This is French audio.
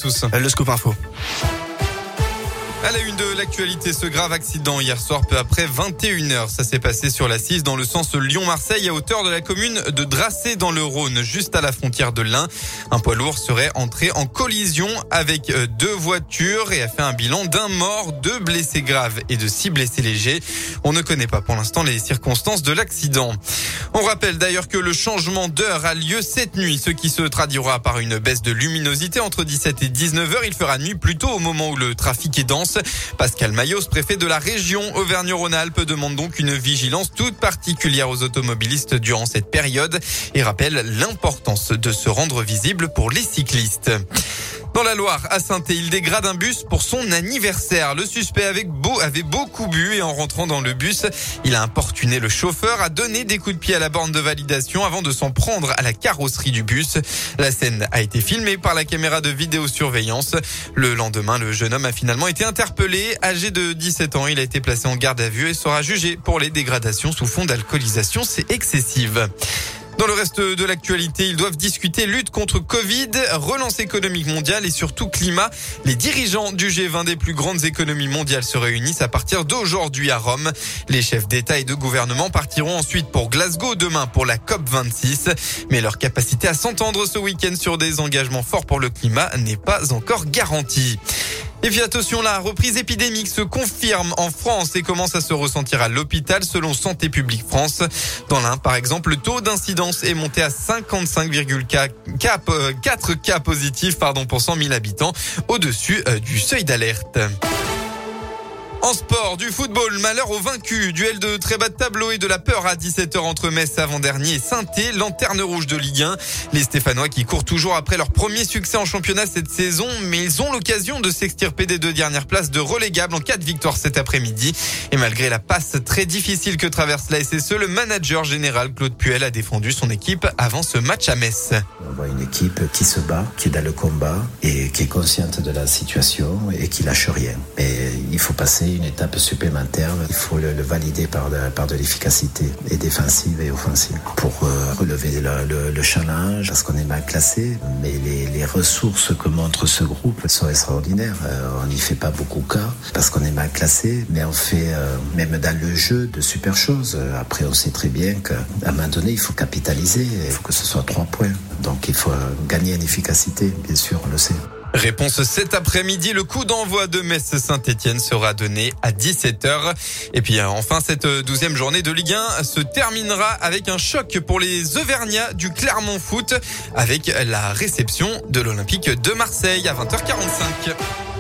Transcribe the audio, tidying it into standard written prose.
tous. Le Scoop Info. À la une de l'actualité, ce grave accident hier soir peu après 21h. Ça s'est passé sur la 6 dans le sens Lyon-Marseille à hauteur de la commune de Dracé dans le Rhône, juste à la frontière de l'Ain. Un poids lourd serait entré en collision avec deux voitures et a fait un bilan d'un mort, 2 blessés graves et de 6 blessés légers. On ne connaît pas pour l'instant les circonstances de l'accident. On rappelle d'ailleurs que le changement d'heure a lieu cette nuit, ce qui se traduira par une baisse de luminosité entre 17 et 19h. Il fera nuit plutôt au moment où le trafic est dense. Pascal Mayos, préfet de la région Auvergne-Rhône-Alpes, demande donc une vigilance toute particulière aux automobilistes durant cette période et rappelle l'importance de se rendre visible pour les cyclistes. Dans la Loire, à Saint-Étienne, il dégrade un bus pour son anniversaire. Le suspect avait beaucoup bu et en rentrant dans le bus, il a importuné le chauffeur, a donné des coups de pied à la borne de validation avant de s'en prendre à la carrosserie du bus. La scène a été filmée par la caméra de vidéosurveillance. Le lendemain, le jeune homme a finalement été interpellé. Âgé de 17 ans, il a été placé en garde à vue et sera jugé pour les dégradations sous fond d'alcoolisation. C'est excessive. Dans le reste de l'actualité, ils doivent discuter lutte contre Covid, relance économique mondiale et surtout climat. Les dirigeants du G20 des plus grandes économies mondiales se réunissent à partir d'aujourd'hui à Rome. Les chefs d'État et de gouvernement partiront ensuite pour Glasgow demain pour la COP26. Mais leur capacité à s'entendre ce week-end sur des engagements forts pour le climat n'est pas encore garantie. Et puis attention, la reprise épidémique se confirme en France et commence à se ressentir à l'hôpital selon Santé publique France. Dans l'Ain, par exemple, le taux d'incidence est monté à 55,4 cas positifs pour 100 000 habitants, au-dessus du seuil d'alerte. En sport, du football, malheur aux vaincus. Duel de très bas de tableau et de la peur à 17h entre Metz avant-dernier et Saint-Étienne, lanterne rouge de Ligue 1. Les Stéphanois qui courent toujours après leur premier succès en championnat cette saison, mais ils ont l'occasion de s'extirper des 2 dernières places de relégables en cas de victoire cet après-midi. Et malgré la passe très difficile que traverse la SSE, le manager général Claude Puel a défendu son équipe avant ce match à Metz. On voit une équipe qui se bat, qui est dans le combat et qui est consciente de la situation et qui lâche rien. Mais il faut passer une étape supplémentaire, il faut le valider par de l'efficacité et défensive et offensive pour relever le challenge parce qu'on est mal classé, mais les ressources que montre ce groupe sont extraordinaires. On n'y fait pas beaucoup cas parce qu'on est mal classé, mais on fait même dans le jeu de super choses. Après on sait très bien qu'à un moment donné il faut capitaliser, il faut que ce soit 3 points, donc il faut gagner en efficacité, bien sûr, on le sait. Réponse cet après-midi, le coup d'envoi de Metz-Saint-Étienne sera donné à 17h. Et puis enfin, cette 12e journée de Ligue 1 se terminera avec un choc pour les Auvergnats du Clermont Foot avec la réception de l'Olympique de Marseille à 20h45.